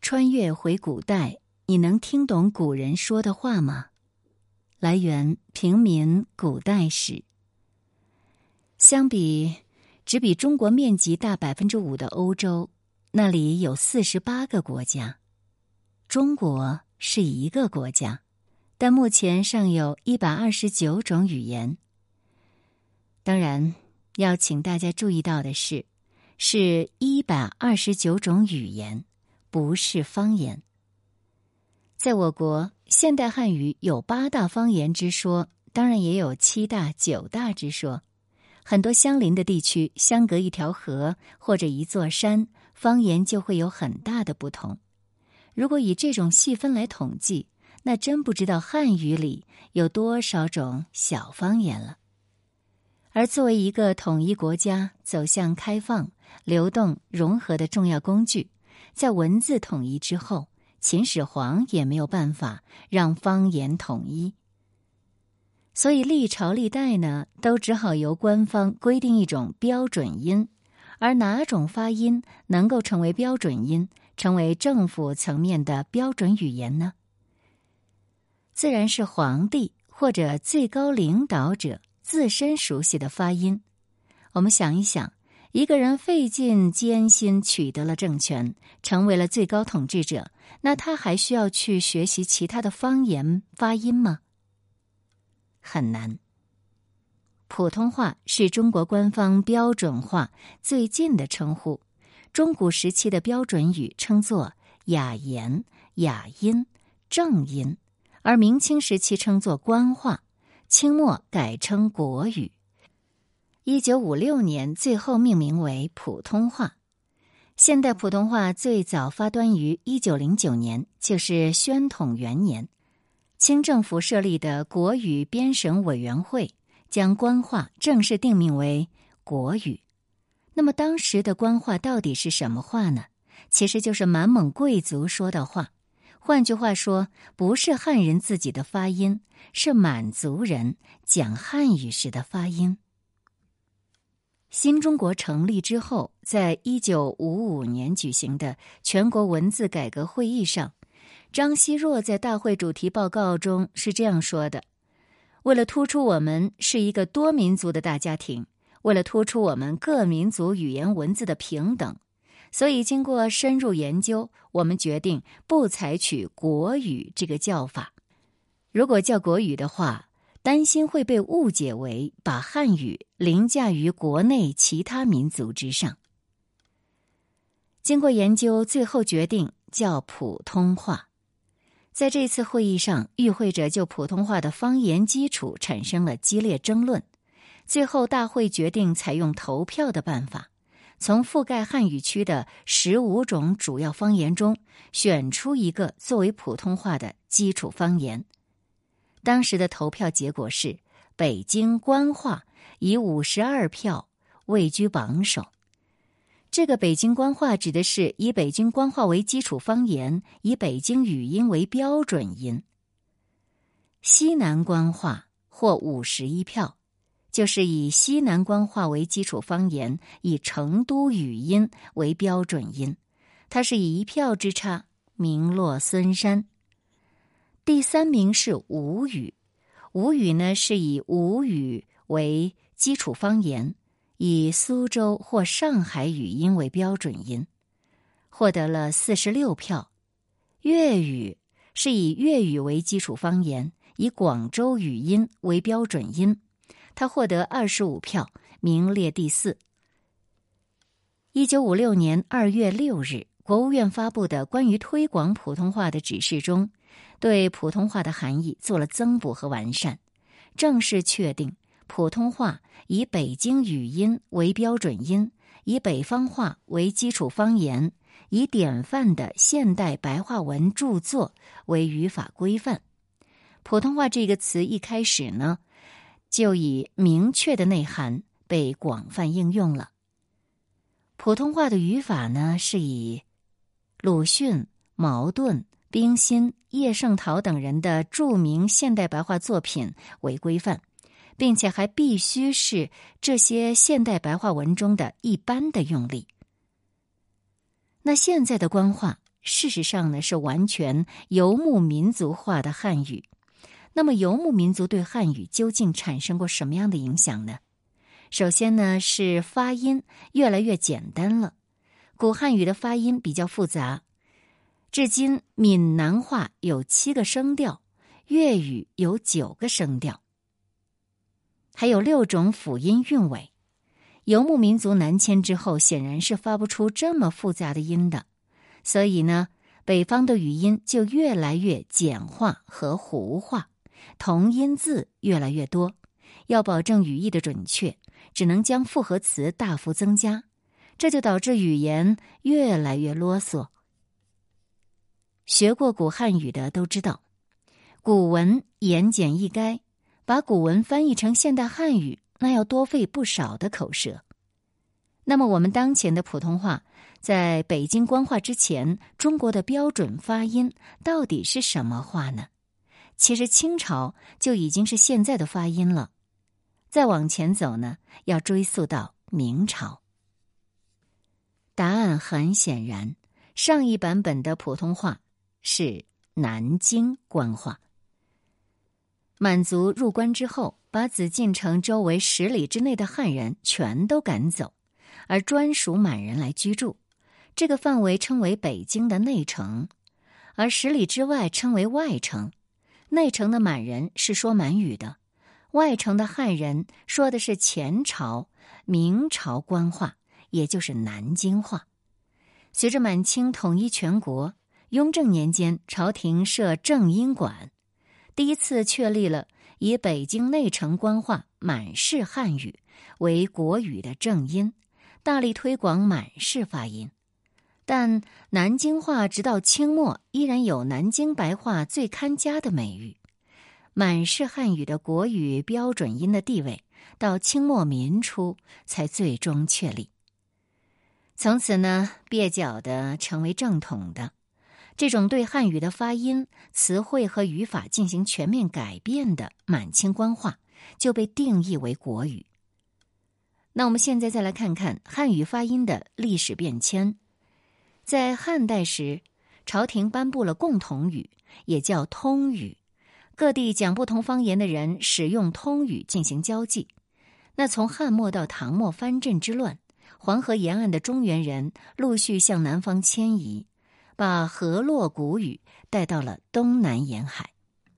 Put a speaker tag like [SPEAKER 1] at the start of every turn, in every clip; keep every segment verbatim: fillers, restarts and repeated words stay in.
[SPEAKER 1] 穿越回古代，你能听懂古人说的话吗？来源：平民古代史。相比只比中国面积大百分之五的欧洲，那里有四十八个国家。中国是一个国家，但目前尚有一百二十九种语言。当然，要请大家注意到的是，是一百二十九种语言，不是方言。在我国，现代汉语有八大方言之说，当然也有七大、九大之说。很多相邻的地区，相隔一条河或者一座山，方言就会有很大的不同。如果以这种细分来统计，那真不知道汉语里有多少种小方言了。而作为一个统一国家走向开放、流动、融合的重要工具，在文字统一之后，秦始皇也没有办法让方言统一。所以历朝历代呢，都只好由官方规定一种标准音，而哪种发音能够成为标准音，成为政府层面的标准语言呢？自然是皇帝或者最高领导者自身熟悉的发音。我们想一想，一个人费尽艰辛取得了政权，成为了最高统治者，那他还需要去学习其他的方言发音吗？很难。普通话是中国官方标准化最近的称呼，中古时期的标准语称作雅言、雅音、正音，而明清时期称作官话，清末改称国语。一九五六年最后命名为普通话。现代普通话最早发端于一九零九年，就是宣统元年。清政府设立的国语编审委员会将官话正式定名为国语。那么当时的官话到底是什么话呢？其实就是满蒙贵族说的话。换句话说，不是汉人自己的发音，是满族人讲汉语时的发音。新中国成立之后，在一九五五年举行的全国文字改革会议上，张奚若在大会主题报告中是这样说的：为了突出我们是一个多民族的大家庭，为了突出我们各民族语言文字的平等，所以经过深入研究，我们决定不采取国语这个叫法。如果叫国语的话，担心会被误解为把汉语凌驾于国内其他民族之上。经过研究，最后决定叫普通话。在这次会议上，与会者就普通话的方言基础产生了激烈争论。最后，大会决定采用投票的办法，从覆盖汉语区的十五种主要方言中选出一个作为普通话的基础方言。当时的投票结果是，北京官话以五十二票位居榜首。这个北京官话指的是以北京官话为基础方言，以北京语音为标准音。西南官话获五十一票，就是以西南官话为基础方言，以成都语音为标准音，它是以一票之差名落孙山。第三名是吴语，吴语呢是以吴语为基础方言，以苏州或上海语音为标准音，获得了四十六票。粤语是以粤语为基础方言，以广州语音为标准音，它获得二十五票，名列第四。一九五六年二月六日，国务院发布的关于推广普通话的指示中，对普通话的含义做了增补和完善，正式确定普通话以北京语音为标准音，以北方话为基础方言，以典范的现代白话文著作为语法规范。普通话这个词一开始呢，就以明确的内涵被广泛应用了。普通话的语法呢，是以鲁迅、茅盾、冰心、叶圣陶等人的著名现代白话作品为规范，并且还必须是这些现代白话文中的一般的用例。那现在的官话事实上呢是完全游牧民族化的汉语。那么游牧民族对汉语究竟产生过什么样的影响呢？首先呢是发音越来越简单了，古汉语的发音比较复杂，至今闽南话有七个声调，粤语有九个声调，还有六种辅音韵尾。游牧民族南迁之后显然是发不出这么复杂的音的，所以呢北方的语音就越来越简化和糊化，同音字越来越多，要保证语义的准确，只能将复合词大幅增加，这就导致语言越来越啰嗦。学过古汉语的都知道，古文言简意赅，把古文翻译成现代汉语，那要多费不少的口舌。那么我们当前的普通话，在北京官话之前，中国的标准发音到底是什么话呢？其实清朝就已经是现在的发音了。再往前走呢，要追溯到明朝。答案很显然，上一版本的普通话是南京官话。满族入关之后，把紫禁城周围十里之内的汉人全都赶走，而专属满人来居住。这个范围称为北京的内城，而十里之外称为外城。内城的满人是说满语的，外城的汉人说的是前朝、明朝官话，也就是南京话。随着满清统一全国，雍正年间朝廷设正音馆，第一次确立了以北京内城官话满式汉语为国语的正音，大力推广满式发音。但南京话直到清末依然有南京白话最看家的美誉。满式汉语的国语标准音的地位到清末民初才最终确立。从此呢，蹩脚的成为正统的。这种对汉语的发音、词汇和语法进行全面改变的满清官话就被定义为国语。那我们现在再来看看汉语发音的历史变迁。在汉代时，朝廷颁布了共同语，也叫通语，各地讲不同方言的人使用通语进行交际。那从汉末到唐末藩镇之乱，黄河沿岸的中原人陆续向南方迁移，把河洛古语带到了东南沿海。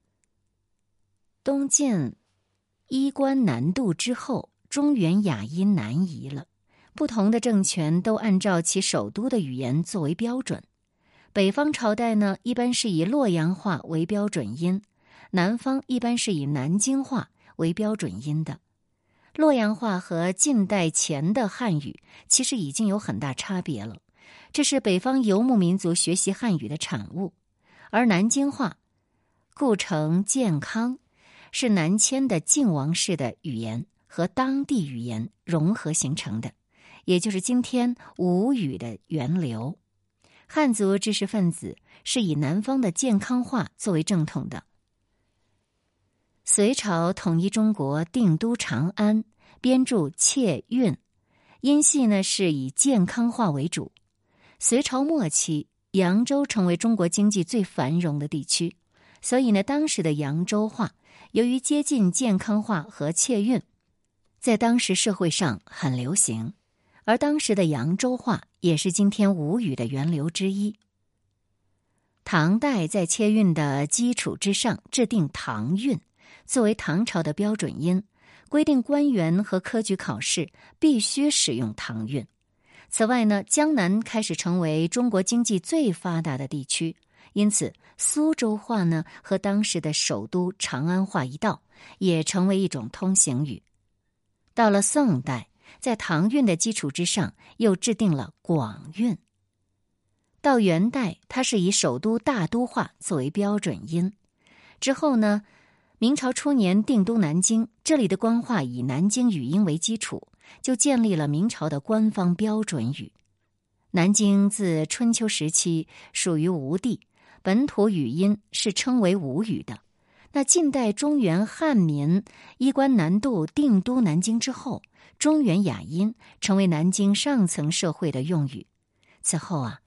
[SPEAKER 1] 东晋衣冠南渡之后，中原雅音南移了，不同的政权都按照其首都的语言作为标准。北方朝代呢，一般是以洛阳话为标准音，南方一般是以南京话为标准音的。洛阳话和晋代前的汉语其实已经有很大差别了，这是北方游牧民族学习汉语的产物。而南京话故称建康，是南迁的晋王室的语言和当地语言融合形成的，也就是今天吴语的源流。汉族知识分子是以南方的建康话作为正统的。隋朝统一中国，定都长安，编著窃韵，音系呢是以建康话为主。隋朝末期，扬州成为中国经济最繁荣的地区，所以呢，当时的扬州话由于接近建康话和窃韵，在当时社会上很流行。而当时的扬州话也是今天吴语的源流之一。唐代在窃韵的基础之上制定唐韵，作为唐朝的标准音，规定官员和科举考试必须使用唐韵。此外呢，江南开始成为中国经济最发达的地区，因此苏州话呢和当时的首都长安话一道，也成为一种通行语。到了宋代，在唐韵的基础之上又制定了广韵。到元代，它是以首都大都话作为标准音。之后呢，明朝初年定都南京，这里的官话以南京语音为基础，就建立了明朝的官方标准语。南京自春秋时期属于吴地，本土语音是称为吴语的。那近代中原汉民衣冠南渡定都南京之后，中原雅音成为南京上层社会的用语。此后啊，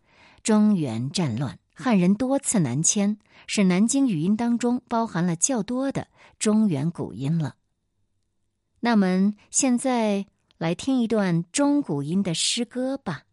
[SPEAKER 1] 中原战乱，汉人多次南迁，使南京语音当中包含了较多的中原古音了。那我们现在来听一段中古音的诗歌吧。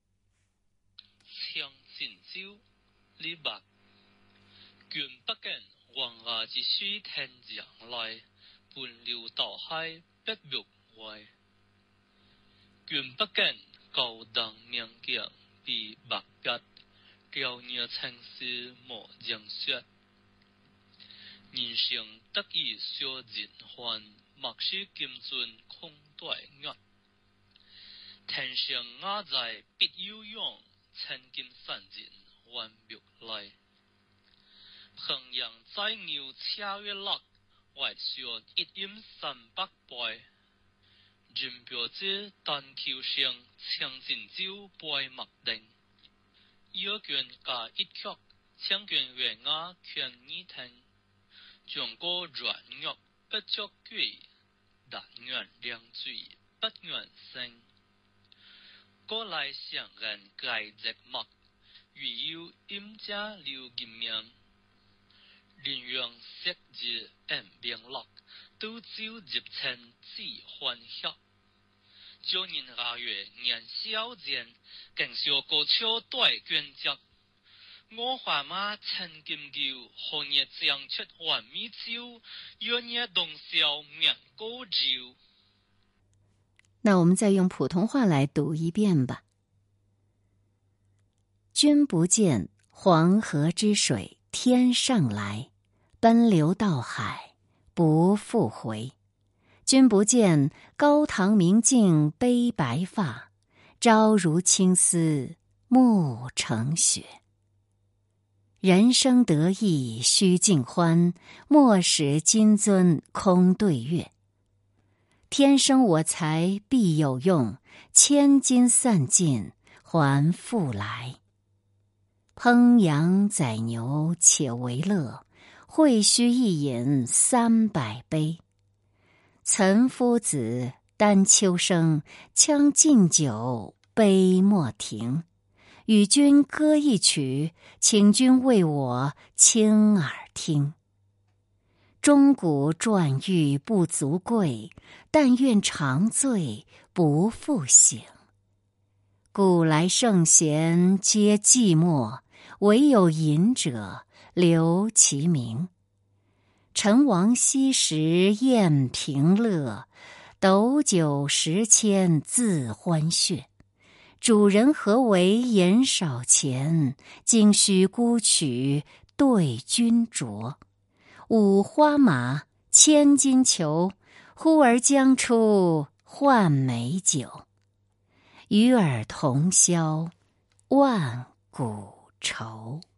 [SPEAKER 2] 向前朝，李白。卷北京，黄崖之水天上来，奔流到海北玉外。卷北京，高堂名将比白鴿，雕녀青絲莫人說。人生得意少年歡，莫使金樽空對月。天上雅在必有用，千金散盡還玉來。衡陽宰牛車月落，外說一飲三百杯。人表姐單求生，將進酒杯莫定。腰卷加一曲，將卷月雅勸你聽。將個軟玉不作鬼，但願兩嘴不願聲。過來相人計日墨，如有飲家留金名。人讓色字暗名落，都照入情自歡喜。舊年二月年宵間，更小個秋對卷腳。我話媽陳金狗，後日將出還米酒，月夜冬宵免高酒。
[SPEAKER 1] 那我们再用普通话来读一遍吧。君不见黄河之水天上来，奔流到海不复回。君不见高堂明镜悲白发，朝如青丝暮成雪。人生得意须尽欢，莫使金樽空对月。天生我材必有用，千金散尽还复来。烹羊宰牛且为乐，会须一饮三百杯。岑夫子，丹丘生，将进酒，杯莫停。与君歌一曲，请君为我倾耳听。钟鼓馔玉不足贵，但愿长醉不复醒。古来圣贤皆寂寞，惟有饮者留其名。陈王昔时宴平乐，斗酒十千恣欢谑。主人何为言少钱，今须沽取对君酌。五花马，千金裘，呼儿将出换美酒。与尔同销万古愁。